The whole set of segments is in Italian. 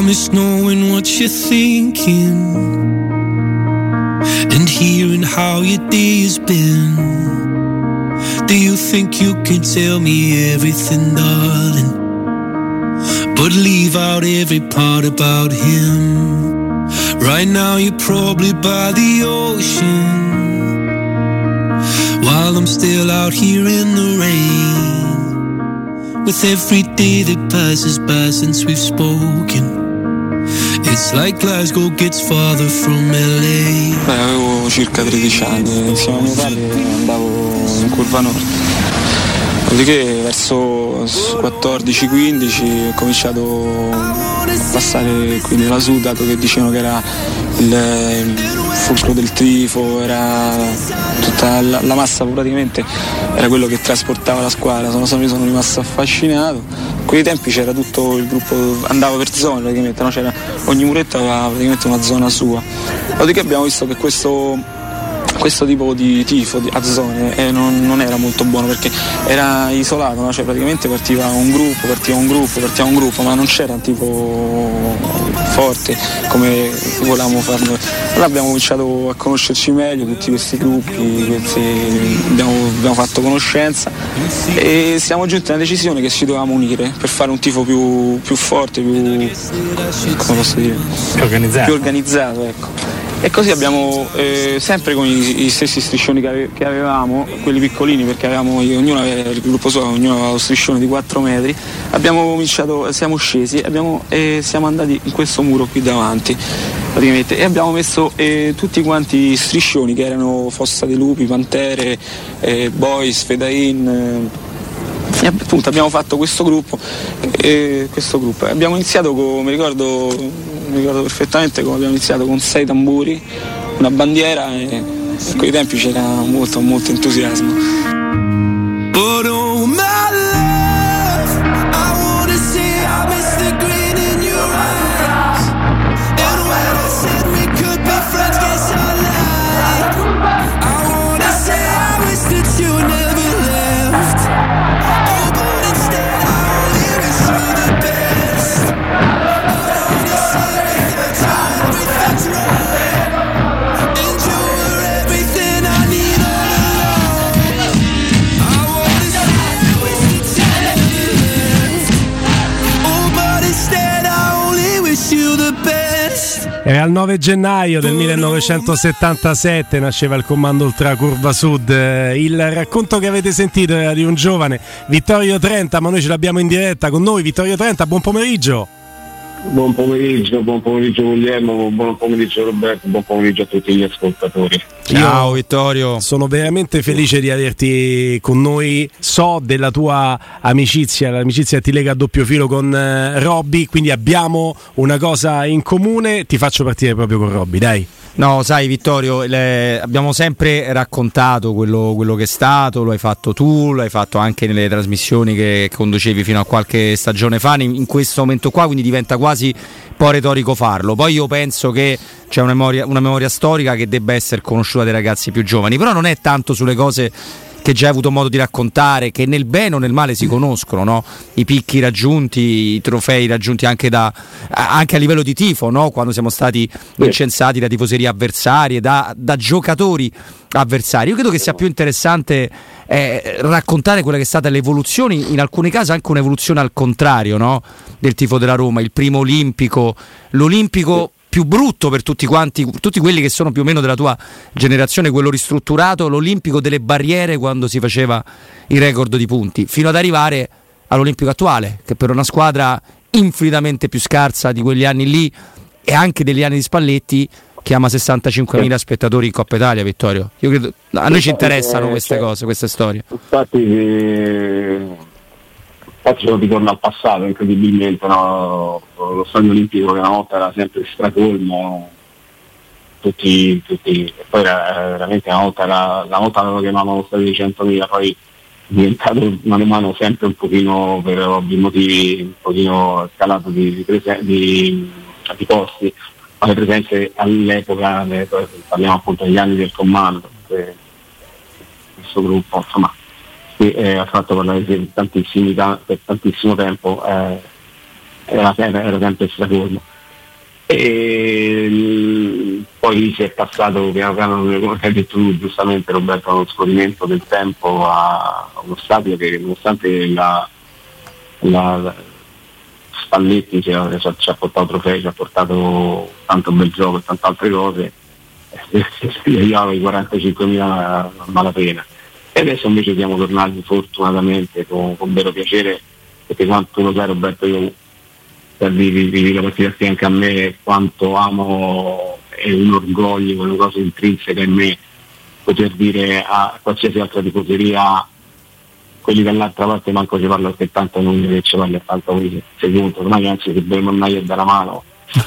miss knowing what you're thinking and hearing how your day has been. Do you think you can tell me everything, darling, but leave out every part about him? Right now you're probably by the ocean, while I'm still out here in the rain. With every day that passes by since we've spoken, it's like Glasgow gets farther from LA. Avevo circa 13 anni, insieme a mio padre andavo in curva nord. Dopodiché verso 14-15 ho cominciato a passare qui nella Sud, dato che dicevano che era il fulcro del tifo, era tutta la massa, praticamente era quello che trasportava la squadra. Sono rimasto affascinato. A quei tempi c'era tutto il gruppo, andava per zone praticamente, no? C'era, ogni muretto aveva praticamente una zona sua. Dopodiché abbiamo visto che questo tipo di tifo a zone non era molto buono, perché era isolato, no? Cioè praticamente partiva un gruppo, ma non c'era un tifo forte come volevamo farlo. Allora abbiamo cominciato a conoscerci meglio tutti questi gruppi, abbiamo fatto conoscenza e siamo giunti alla decisione che ci dovevamo unire per fare un tifo più forte, come posso dire, più organizzato, ecco. E così abbiamo, sempre con i stessi striscioni che avevamo, quelli piccolini, perché ognuno aveva il gruppo suo, ognuno aveva lo striscione di 4 metri, siamo scesi e siamo andati in questo muro qui davanti, praticamente, e abbiamo messo tutti quanti striscioni che erano Fossa dei Lupi, Pantere, Boys, Fedain. E appunto abbiamo fatto questo gruppo. Abbiamo iniziato mi ricordo perfettamente come abbiamo iniziato, con 6 tamburi, una bandiera, e a quei tempi c'era molto entusiasmo. Era il 9 gennaio del 1977, nasceva il Comando Ultra Curva Sud. Il racconto che avete sentito era di un giovane, Vittorio Trenta, ma noi ce l'abbiamo in diretta con noi. Vittorio Trenta, buon pomeriggio. Buon pomeriggio Guglielmo, buon pomeriggio Roberto, buon pomeriggio a tutti gli ascoltatori. Ciao Vittorio. Sono veramente felice di averti con noi. So della tua amicizia, l'amicizia ti lega a doppio filo con Robby, quindi abbiamo una cosa in comune. Ti faccio partire proprio con Robby, dai. No, sai Vittorio, abbiamo sempre raccontato quello che è stato, lo hai fatto tu, lo hai fatto anche nelle trasmissioni che conducevi fino a qualche stagione fa, in questo momento qua, quindi diventa quasi un po' retorico farlo. Poi io penso che c'è una memoria storica che debba essere conosciuta dai ragazzi più giovani, però non è tanto sulle cose che già hai avuto modo di raccontare, che nel bene o nel male si conoscono, no? I picchi raggiunti, i trofei raggiunti anche a livello di tifo, no? Quando siamo stati incensati da tifoserie avversarie, da giocatori avversari. Io credo che sia più interessante raccontare quella che è stata l'evoluzione, in alcuni casi anche un'evoluzione al contrario, no? Del tifo della Roma, il primo olimpico, l'olimpico più brutto per tutti quelli che sono più o meno della tua generazione, quello ristrutturato, l'olimpico delle barriere quando si faceva il record di punti, fino ad arrivare all'olimpico attuale, che per una squadra infinitamente più scarsa di quegli anni lì e anche degli anni di Spalletti chiama 65.000 spettatori in Coppa Italia. Vittorio, io credo, a noi ci interessano queste cose, queste storie. Infatti sono ritorno al passato, incredibilmente, no? Lo stadio olimpico che una volta era sempre stracolmo, tutti, e poi era veramente una volta lo chiamavano lo stadio di 100.000, poi è diventato mano a mano sempre un pochino, per ovvi motivi, un pochino scalato di posti, ma le presenze all'epoca, parliamo appunto degli anni del comando, questo gruppo, insomma, che ha fatto parlare per tantissimo tempo, era sempre stracolmo. e poi si è passato piano piano, come hai detto tu giustamente Roberto, allo scorrimento del tempo a uno stadio che nonostante la Spalletti ci ha portato trofei, ci ha portato tanto bel gioco e tante altre cose, si arrivava ai 45.000 a malapena, e adesso invece siamo tornati fortunatamente con vero piacere, perché quanto lo sai Roberto, io per vivi la partita anche a me, quanto amo, è un orgoglio, una cosa intrinseca in me poter dire a qualsiasi altra tifoseria, quelli dall'altra parte manco ci parlo perché tanto non che ci parli a tanto secondo, ormai anzi se dobbiamo andare a dare la mano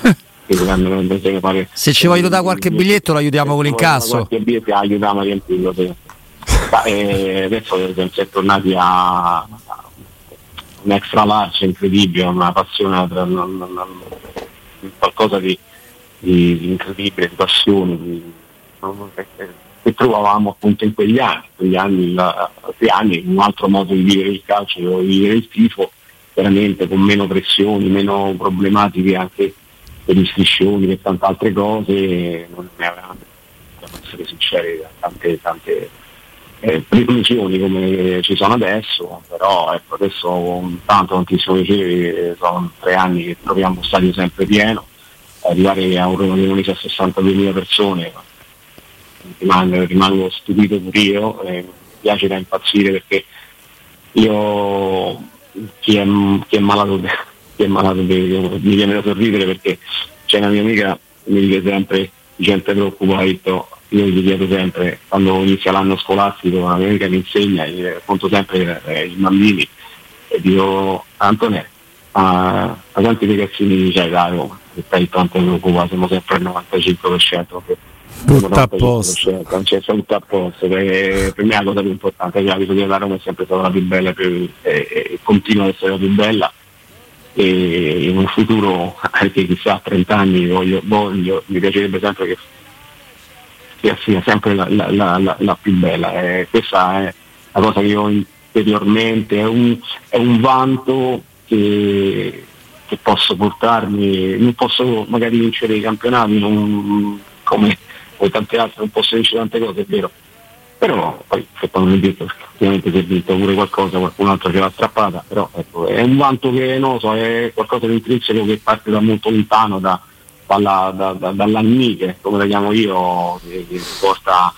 se ci voglio dare qualche biglietto lo aiutiamo con l'incasso, qualche biglietto aiutiamo a riempirlo, sì. Adesso si è tornati a un extra large incredibile, una passione, qualcosa di incredibile, di passione, che trovavamo appunto in quegli anni, un altro modo di vivere il calcio, di vivere il tifo, veramente con meno pressioni, meno problematiche anche per gli striscioni, per tante altre cose, non avevamo, dobbiamo essere sinceri, tante preclusioni come ci sono adesso, però ecco, adesso tantissimo piacere, sono 3 anni che troviamo un stadio sempre pieno, arrivare a un Roma Cremonese a 62.000 persone, rimango stupito pure io, mi piace da impazzire, perché io chi è malato mi viene da sorridere, perché c'è una mia amica mi dice sempre, gente preoccupata, io gli chiedo sempre, quando inizia l'anno scolastico, una mia amica mi insegna, gli racconto sempre i bambini e dico, Antonè, a quanti ragazzini c'hai da Roma? E stai tanto preoccupato, siamo sempre al 95%, tutto a posto, non c'è tutto a posto, perché per me è la cosa più importante, che la vita della Roma è sempre stata la più bella e continua ad essere la più bella, e in un futuro, anche chissà a 30 anni mi piacerebbe sempre che sia sempre la più bella, questa è la cosa che io interiormente, è un vanto che posso portarmi, non posso magari vincere i campionati, come tante altre, non posso vincere tante cose, è vero, però poi se poi non è detto, ovviamente si è vinto pure qualcosa, qualcun altro ce l'ha strappata, però ecco, è un vanto che non so, è qualcosa di intrinseco che parte da molto lontano, dall'annike, come la chiamo io, che porta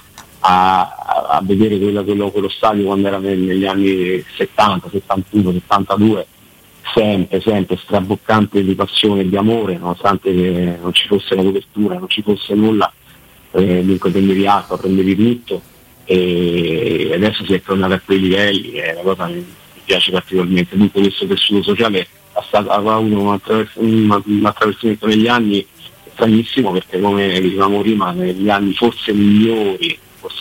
a vedere quello stadio quando era negli anni 70, 71, 72, sempre straboccante di passione e di amore, nonostante che non ci fosse la copertura, non ci fosse nulla, dunque prendevi acqua, prendevi tutto, e adesso si è tornato a quei livelli, è una cosa che mi piace particolarmente. Dunque questo tessuto sociale ha avuto un attraversamento negli anni stranissimo, perché come dicevamo prima, negli anni forse migliori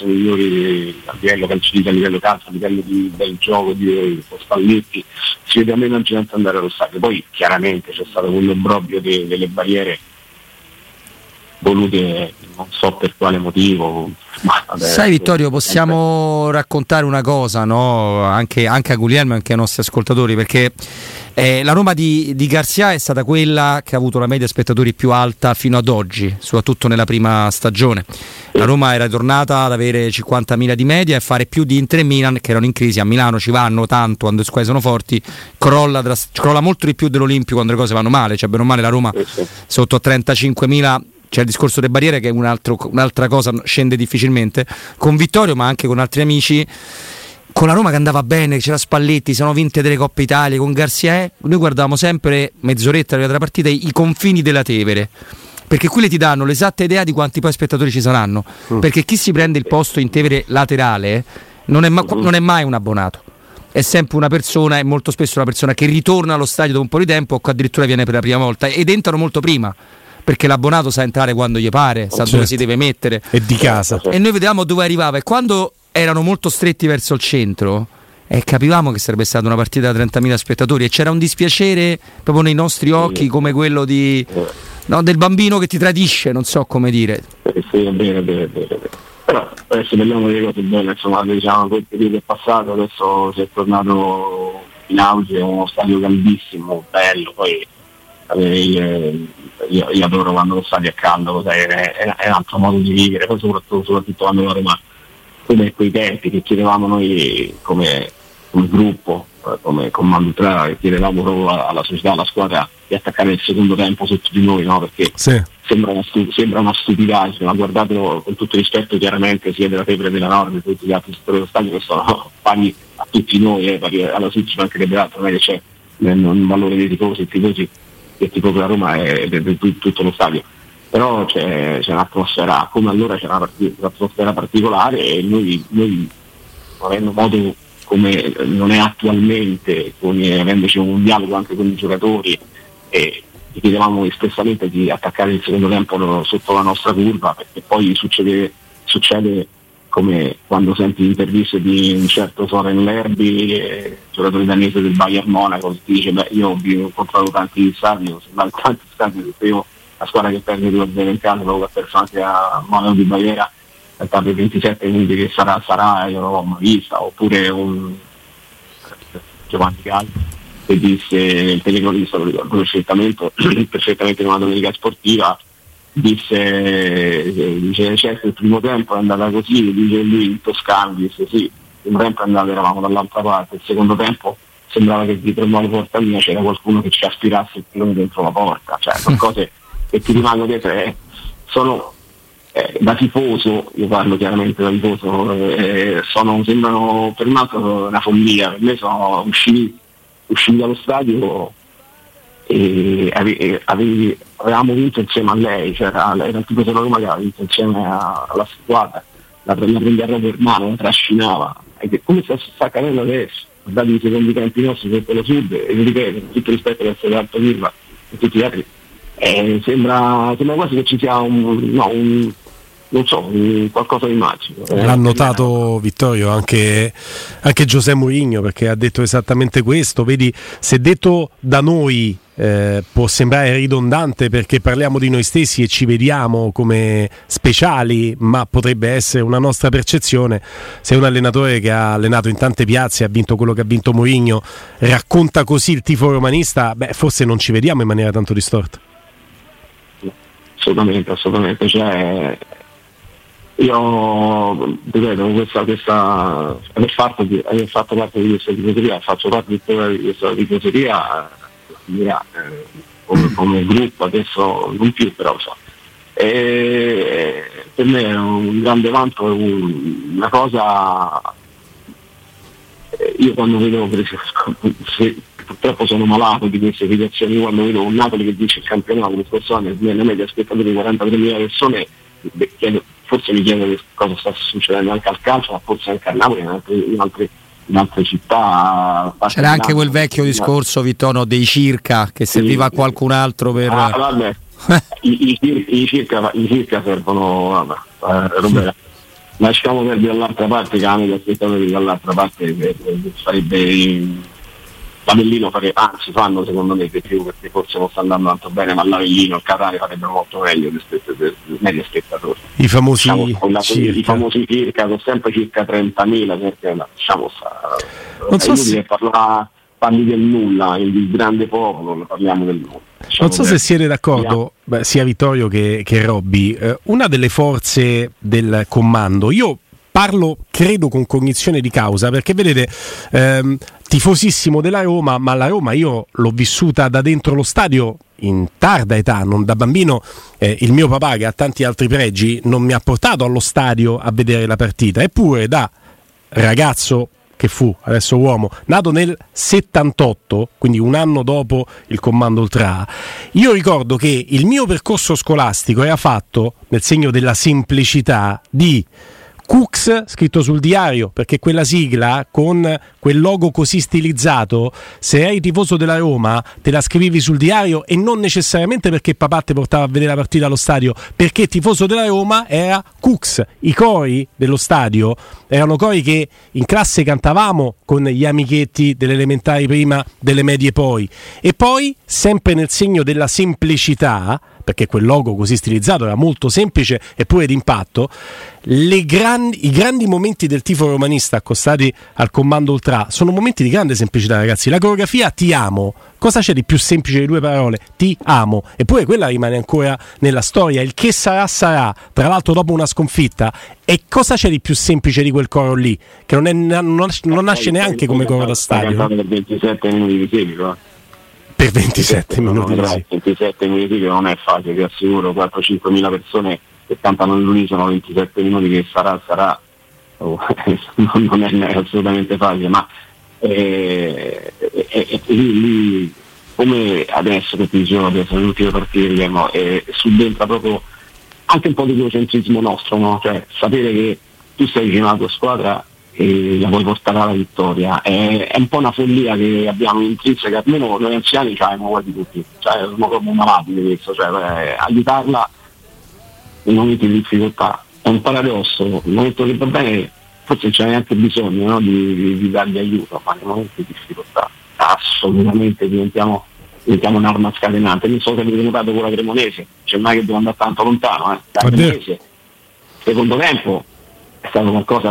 a livello calcistico, a livello calcio, a livello del gioco di Spalletti, si vede a meno gente andare allo stadio. Poi chiaramente c'è stato quell'obbrobrio delle barriere volute, non so per quale motivo. Sai Vittorio, possiamo raccontare una cosa, no? Anche a Guglielmo e anche ai nostri ascoltatori, perché la Roma di Garcia è stata quella che ha avuto la media spettatori più alta fino ad oggi, soprattutto nella prima stagione. La Roma era tornata ad avere 50.000 di media e fare più di Inter e Milan, che erano in crisi. A Milano ci vanno tanto quando le squadre sono forti, crolla molto di più dell'Olimpio quando le cose vanno male, cioè bene o male la Roma sotto a 35.000, c'è il discorso delle barriere che è un'altra cosa, scende difficilmente. Con Vittorio ma anche con altri amici, con la Roma che andava bene, c'era Spalletti, sono vinte delle Coppe Italia, con Garcia noi guardavamo sempre mezz'oretta della partita i confini della Tevere, perché quelli ti danno l'esatta idea di quanti poi spettatori ci saranno, perché chi si prende il posto in Tevere laterale non è mai un abbonato, è sempre una persona, e molto spesso una persona che ritorna allo stadio dopo un po' di tempo o che addirittura viene per la prima volta, ed entrano molto prima, perché l'abbonato sa entrare quando gli pare, sa dove si deve mettere, è di casa, e noi vedevamo dove arrivava, e quando erano molto stretti verso il centro capivamo che sarebbe stata una partita da 30.000 spettatori, e c'era un dispiacere proprio nei nostri occhi, come quello del bambino che ti tradisce, non so come dire. Sì, è vero. Però adesso parliamo delle cose belle, insomma, diciamo quel periodo è passato, adesso si è tornato in auge, è uno stadio grandissimo, bello, poi io adoro quando lo stadio è caldo, è un altro modo di vivere, poi soprattutto quando la Roma, come quei tempi che chiedevamo noi come gruppo, come comando ultra, chiedevamo proprio alla società, alla squadra, di attaccare il secondo tempo sotto di noi, no? Perché sì. Sembra una stupidaggine, ma guardatelo con tutto rispetto chiaramente sia della Febbre della Nord che tutti gli altri settori dello stadio che sono pari a tutti noi, perché alla Sud ci mancherebbe altro, non è che c'è un valore dei tifosi, il tifosi che tifoso della Roma è tutto lo stadio, però c'è un'atmosfera, come allora c'era un'atmosfera particolare, e noi avendo modo come non è attualmente, avendoci un dialogo anche con i giocatori, e chiedevamo espressamente di attaccare il secondo tempo sotto la nostra curva, perché poi succede come quando senti interviste di un certo Soren Lerby, giocatore danese del Bayern Monaco, che ti dice io ho incontrato tanti stadi, io la squadra che perde 2-0 in casa dopo che ha perso anche a Monaco di Baviera per 27 minuti, che sarà io non l'ho mai vista, oppure un Giovanni Calvi che disse nel telecronista, lo ricordo perfettamente in una domenica sportiva, dice certo il primo tempo è andata così, dice lui in Toscana, disse sì, il primo tempo è andato, eravamo dall'altra parte, il secondo tempo sembrava che dietro la porta mia c'era qualcuno che ci aspirasse il pilone dentro la porta, cioè sono cose che ti rimangono dietro, sono da tifoso, io parlo chiaramente da tifoso, sembrano per me una follia, per me sono usciti dallo stadio e avevamo vinto insieme a lei, cioè era il tipo della Roma che aveva vinto insieme alla squadra, la prendeva per mano, la trascinava, e come sta accadendo adesso, guardate i secondi tempi nostri per quello Sud, e vi ripeto, con tutto rispetto per essere Alto Pirla e tutti gli altri, sembra quasi che ci sia qualcosa di magico. L'ha notato Vittorio anche José Mourinho, perché ha detto esattamente questo. Vedi, se detto da noi può sembrare ridondante perché parliamo di noi stessi e ci vediamo come speciali, ma potrebbe essere una nostra percezione. Se un allenatore che ha allenato in tante piazze, ha vinto quello che ha vinto Mourinho, racconta così il tifo romanista, forse non ci vediamo in maniera tanto distorta. Assolutamente, cioè io ripeto, questa aver fatto parte di questa tifoseria, faccio parte di questa tifoseria come gruppo, adesso non più, però e per me è un grande vanto, una cosa, io quando vedo, purtroppo sono malato di queste situazioni, quando vedo un Napoli che dice il campionato le scorse anni nella media spettatori 43.000 persone, forse mi chiedo che cosa sta succedendo anche al calcio, ma forse anche a Napoli, in altre città. C'era anche quel vecchio discorso, Vittorio, dei circa, che serviva a qualcun altro per... vabbè. I circa servono, Roberto. Lasciamo perdere dall'altra parte, che la media spettatori dall'altra parte farebbe... L'Avellino fanno secondo me di più, perché forse non sta andando tanto bene, ma l'Avellino, il Catania farebbero molto meglio del medio spettatori. I famosi circa, sono sempre circa 30.000, perché non so se parli del nulla, il grande popolo, parliamo del nulla. Non so se siete d'accordo, sia Vittorio che Robby, una delle forze del comando, io parlo credo con cognizione di causa, perché vedete, tifosissimo della Roma, ma la Roma io l'ho vissuta da dentro lo stadio in tarda età, non da bambino. Il mio papà, che ha tanti altri pregi, non mi ha portato allo stadio a vedere la partita, eppure da ragazzo che fu, adesso uomo, nato nel 78, quindi un anno dopo il comando ultra, io ricordo che il mio percorso scolastico era fatto nel segno della semplicità di Cooks scritto sul diario, perché quella sigla con quel logo così stilizzato, se eri tifoso della Roma te la scrivevi sul diario, e non necessariamente perché papà ti portava a vedere la partita allo stadio, perché tifoso della Roma era Cooks. I cori dello stadio erano cori che in classe cantavamo con gli amichetti delle elementari prima, delle medie poi, e poi sempre nel segno della semplicità, perché quel logo così stilizzato era molto semplice e pure d'impatto. I grandi momenti del tifo romanista accostati al comando ultra sono momenti di grande semplicità, ragazzi. La coreografia "ti amo", cosa c'è di più semplice di due parole? Ti amo. Eppure quella rimane ancora nella storia. Il "che sarà sarà", tra l'altro dopo una sconfitta. E cosa c'è di più semplice di quel coro lì, che non nasce neanche come coro da stadio? Per 27 minuti di seguito. Per 27 minuti di seguito. 27 minuti di seguito non è facile, vi assicuro. 4-5 mila persone che cantano all'unisono 27 minuti, che sarà non è assolutamente facile, ma lì, come adesso che ti dicevo, adesso nelle ultime partite subentra proprio anche un po' di egocentrismo nostro, no? Cioè sapere che tu sei vicino alla tua squadra e la puoi portare alla vittoria è un po' una follia che abbiamo intrinseca, almeno noi anziani ce l'abbiamo quasi tutti, cioè siamo proprio malati di questo, cioè aiutarla nei momenti di difficoltà. È un paradosso, nel momento che va bene forse non c'è neanche bisogno, no, di dargli aiuto, ma nei momenti di difficoltà assolutamente diventiamo un'arma scatenante. Non so se avete notato con la Cremonese, c'è mai che devo andare tanto lontano, la Cremonese secondo tempo è stato qualcosa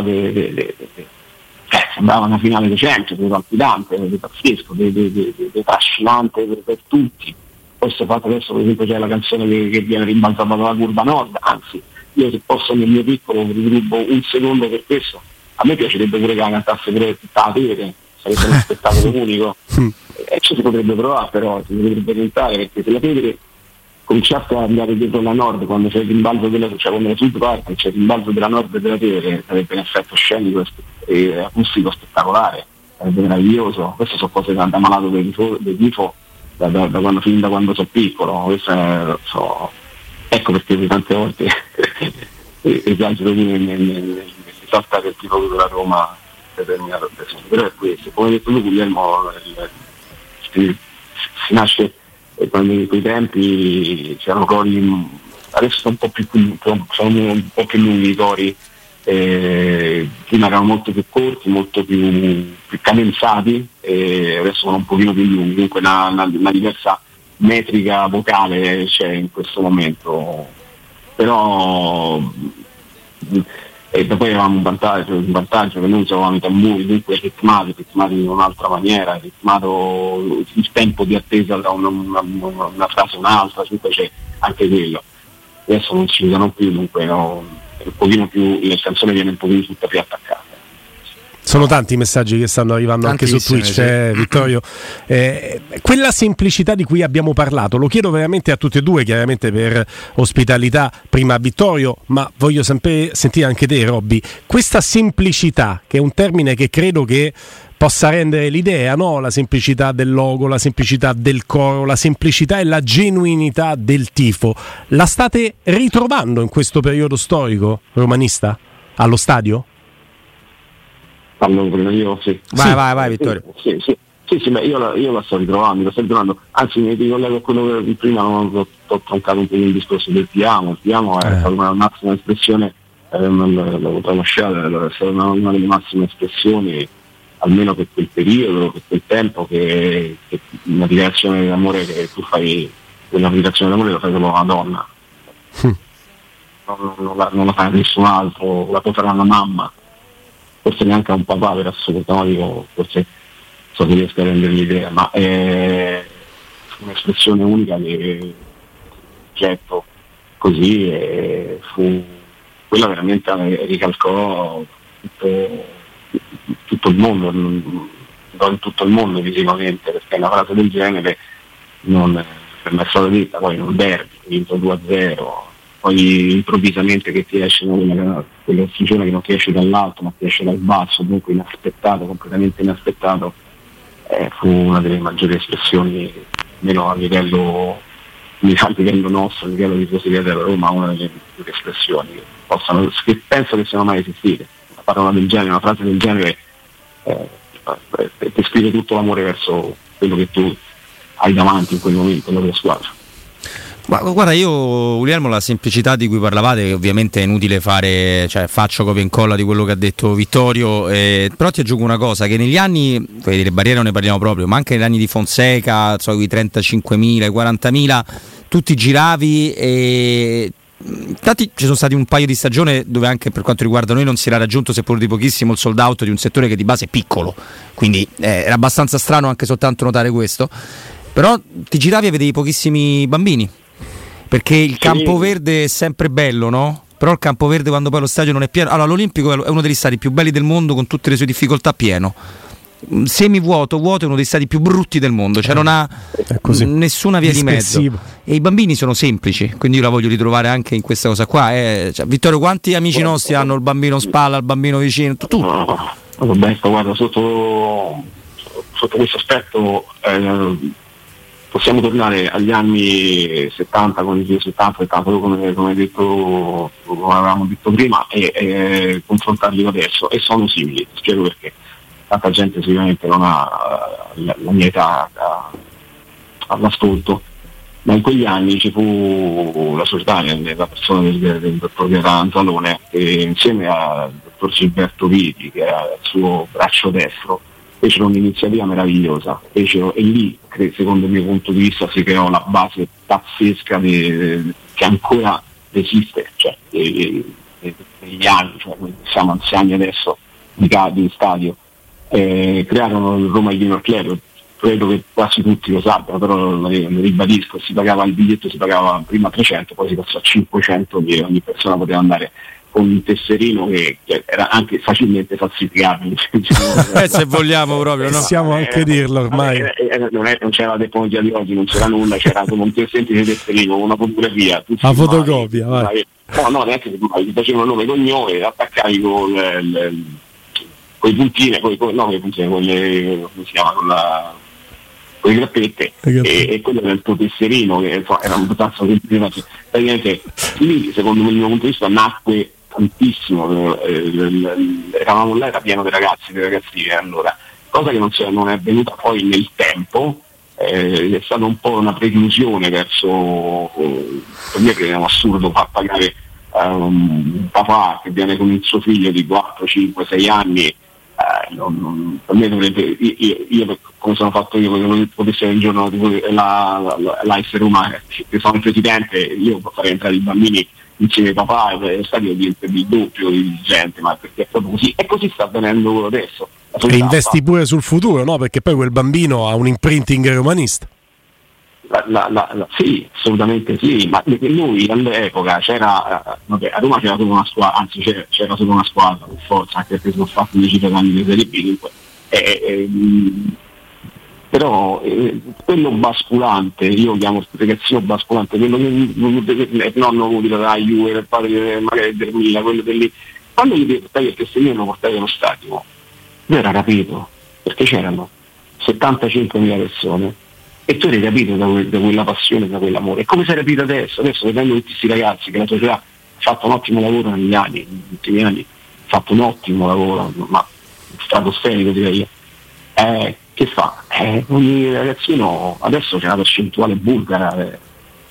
sembrava una finale decente, palpitante, pazzesco, trascinante per tutti. Poi si è fatto adesso, per esempio, c'è la canzone che viene rimbalzata dalla curva nord, anzi io se posso nel mio piccolo rirubo un secondo per questo, a me piacerebbe pure che la cantasse pure tutta la Tele, sarebbe uno spettacolo unico, e ci si potrebbe provare, però si potrebbe tentare, perché se la Tele cominciasse ad andare dietro la nord quando c'è il rimbalzo come la Sud parte, c'è il rimbalzo della nord e della Tele, sarebbe un effetto scenico e acustico spettacolare, sarebbe meraviglioso. Queste sono cose da malato del tifo fin da quando sono piccolo, ecco perché tante volte esagero nel saltare il tifo della Roma determinato occasioni, però è questo, come hai detto tu Guglielmo, si nasce quando in quei tempi c'erano cori, adesso sono un po' più lunghi i cori, prima erano molto più corti, molto più cadenzati, adesso sono un pochino più lunghi, comunque una diversa metrica vocale c'è in questo momento, però e poi avevamo un vantaggio che noi usavamo i tamburi dunque ritmati in un'altra maniera, ritmato il tempo di attesa da una frase a un'altra, dunque c'è anche quello. Adesso non si usano più, dunque un pochino più, la canzone viene un pochino tutta più attaccata. Sono tanti i messaggi che stanno arrivando anche su Twitch, Vittorio. Quella semplicità di cui abbiamo parlato, lo chiedo veramente a tutti e due, chiaramente per ospitalità, prima a Vittorio, ma voglio sempre sentire anche te, Robby. Questa semplicità, che è un termine che credo che possa rendere l'idea, no? La semplicità del logo, la semplicità del coro, la semplicità e la genuinità del tifo. La state ritrovando in questo periodo storico romanista allo stadio? Parlo prima io, sì. Vai Vittorio. Sì, ma io la sto ritrovando, anzi mi ricollego a quello che prima ho troncato un po' il discorso del ti amo è stata una massima espressione, l'ho tralasciata, è stata una delle massime espressioni, almeno per quel periodo, per quel tempo, che una dichiarazione d'amore che tu fai, una dichiarazione d'amore la fai solo a una donna, non la fa nessun altro, la può fare una mamma, forse neanche a un papà per assurdo, no? Dico, forse so che riesco a rendere l'idea, ma è un'espressione unica che getto così, e fu quella veramente ricalcò tutto il mondo, in tutto il mondo visivamente, perché una frase del genere non per me è stata detta, poi non derby, vinto 2-0, poi improvvisamente che ti esce quella fusione che non ti esce dall'alto ma ti esce dal basso, dunque inaspettato, completamente inaspettato, fu una delle maggiori espressioni, almeno a livello nostro, a livello di positività della Roma, una delle maggiori espressioni che penso che siano mai esistite. Una parola del genere, una frase del genere ti scrive tutto l'amore verso quello che tu hai davanti in quel momento, la tua squadra. Guarda, io Guglielmo, la semplicità di cui parlavate, che ovviamente è inutile fare, cioè faccio copia e incolla di quello che ha detto Vittorio, però ti aggiungo una cosa, che negli anni, le barriere non ne parliamo proprio, ma anche negli anni di Fonseca, i 35.000, i 40.000, tu ti giravi e infatti ci sono stati un paio di stagioni dove anche per quanto riguarda noi non si era raggiunto, seppur di pochissimo, il sold out di un settore che di base è piccolo, quindi era abbastanza strano anche soltanto notare questo. Però ti giravi e vedevi pochissimi bambini, perché il campo verde è sempre bello, no? Però il campo verde quando poi lo stadio non è pieno, allora l'Olimpico è uno degli stadi più belli del mondo con tutte le sue difficoltà, pieno. Semivuoto, vuoto, è uno dei stadi più brutti del mondo, cioè non ha nessuna via di mezzo, e i bambini sono semplici, quindi io la voglio ritrovare anche in questa cosa qua. Cioè, Vittorio, quanti amici nostri hanno il bambino in spalla, il bambino vicino, tutto? Vabbè, guarda, sotto questo aspetto possiamo tornare agli anni 70, come hai detto, come avevamo detto prima, e confrontarli con adesso, e sono simili. Spiego perché. Tanta gente sicuramente non ha la mia età all'ascolto, ma in quegli anni ci fu la società, la persona del dottor Anzalone, che insieme al dottor Gilberto Viti, che era il suo braccio destro, fecero un'iniziativa meravigliosa, e lì, secondo il mio punto di vista, si creò la base pazzesca che ancora esiste, cioè negli anni, cioè, siamo anziani adesso di stadio. Crearono il Roma Junior Club, credo che quasi tutti lo sappiano, però lo ribadisco, il biglietto si pagava prima 300, poi si passò a 500, che ogni persona poteva andare con un tesserino che era anche facilmente falsificabile. Se vogliamo proprio, no? Possiamo anche dirlo ormai. Non c'era la tecnologia di oggi, non c'era nulla, c'era come un semplice tesserino, una fotografia. La fotocopia, vai. No, neanche se tu facevano nome e cognome, attaccavi con i puntini, con le grappette, e quello era il tuo tesserino, che era un pezzo semplice. Praticamente lì, secondo me, il mio punto di vista, nacque tantissimo. Eravamo là, era pieno di ragazzi, dei ragazzini allora, cosa che non è avvenuta poi nel tempo. È stata un po' una preclusione verso, per me credo assurdo far pagare un papà che viene con il suo figlio di 4, 5, 6 anni. Per me dovrebbe, io come sono fatto io, che non potesse un giorno l'essere umano, che sono il presidente, io farei entrare i bambini insieme ai papà, e lo stadio diventa il doppio di gente, ma perché è proprio così, e così sta avvenendo adesso. E investi pure sul futuro, no? Perché poi quel bambino ha un imprinting romanista. Sì, assolutamente sì, ma lui all'epoca a Roma c'era solo una squadra, anzi c'era solo una squadra per forza, anche perché sono fatti 10 anni di Serie B, però quello basculante, io lo chiamo ragazzino basculante, quello che il nonno della Juve, il padre magari del Milan, quello lì, quando gli portavi il tesserino, lo portavi allo stadio, lui era rapito, perché c'erano 75.000 persone. E tu hai capito da quella passione, da quell'amore. E come sei capito adesso? Adesso vedendo tutti questi ragazzi che la società ha fatto un ottimo lavoro negli ultimi anni, ha fatto un ottimo lavoro, ma stratosferico direi io. Che fa? Ogni ragazzino adesso c'è una percentuale bulgara,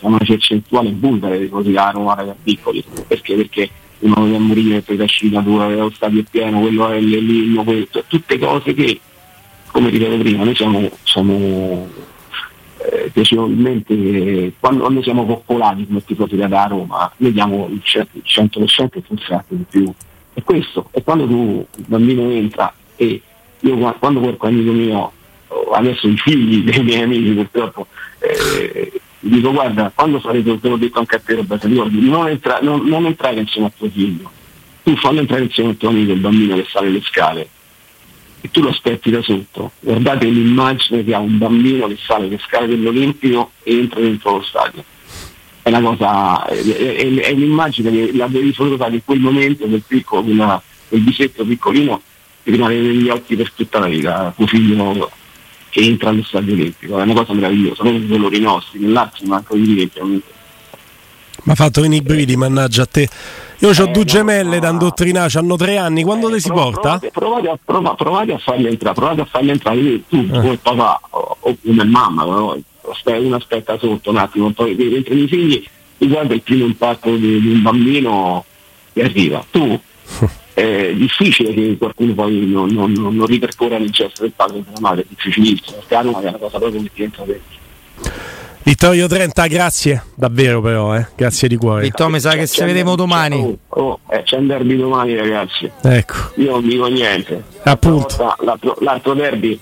di così a Roma ragazzi piccoli. Perché uno deve morire per la Cina, lo stadio è pieno, quello è l'inno, tutte cose che, come dicevo prima, noi siamo piacevolmente, quando noi siamo coccolati come tifosi da Roma, noi diamo il 100% e forse anche di più. E questo, e quando il bambino entra, e io quando qualche amico mio, adesso i figli dei miei amici purtroppo, dico guarda, quando farete, te l'ho detto anche a te Roberto, non entrare insieme a tuo figlio, tu fallo entrare insieme a tuo amico, il bambino che sale le scale, e tu lo aspetti da sotto. Guardate l'immagine che ha un bambino che sale le scale dell'Olimpico e entra dentro lo stadio. È una cosa, è un'immagine che la devi fotografare in quel momento, del piccolo, quel bisetto piccolino che rimane negli occhi per tutta la vita, tuo figlio che entra allo stadio olimpico. È una cosa meravigliosa, non i dolori nostri, nell'arti manco di dire chiaramente. Mi ha fatto venire i brividi, mannaggia a te. Io ho 2 gemelle da indottrinare, hanno 3 anni, quando le si porta? Provate a farli entrare, tu come papà o come mamma, no? Uno aspetta sotto un attimo, poi mentre i figli riguarda il primo impatto di un bambino che arriva. Tu è difficile che qualcuno poi non ripercorra il gesto del padre e della madre, è difficilissimo, perché è una cosa proprio che ti entra dentro. Vittorio Trenta, grazie davvero, però grazie di cuore. Vittorio, mi sa che se vedremo domani. C'è un derby domani, ragazzi. Ecco, io non dico niente. Appunto, l'altro derby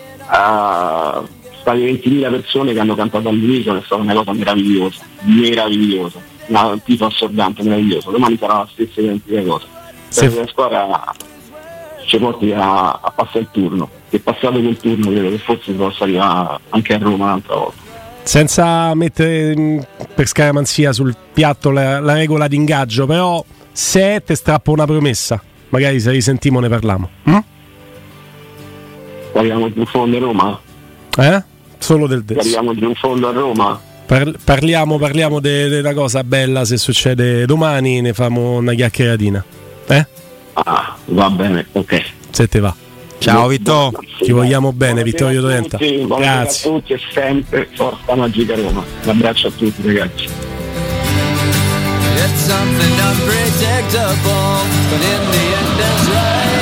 state 20.000 persone che hanno cantato all'unisono, è stata una cosa meravigliosa, un tifo assordante, meraviglioso. Domani sarà la stessa identica cosa. Per la squadra ci porti a passare il turno, che passato quel turno credo che forse si possa arrivare anche a Roma un'altra volta. Senza mettere per scaramanzia sul piatto la regola d'ingaggio, però se te strappo una promessa, magari se risentimo ne parliamo. Parliamo di un fondo a Roma? Solo del parliamo di un fondo a Roma? Parliamo della cosa bella, se succede domani ne famo una chiacchieratina. Va bene, ok. Se te va. Ciao Vittorio, ti vogliamo bene, Vittorio Trenta. Grazie a tutti e sempre forza Magica Roma. Un abbraccio a tutti, ragazzi. It's something unpredictable, but in the end it's right.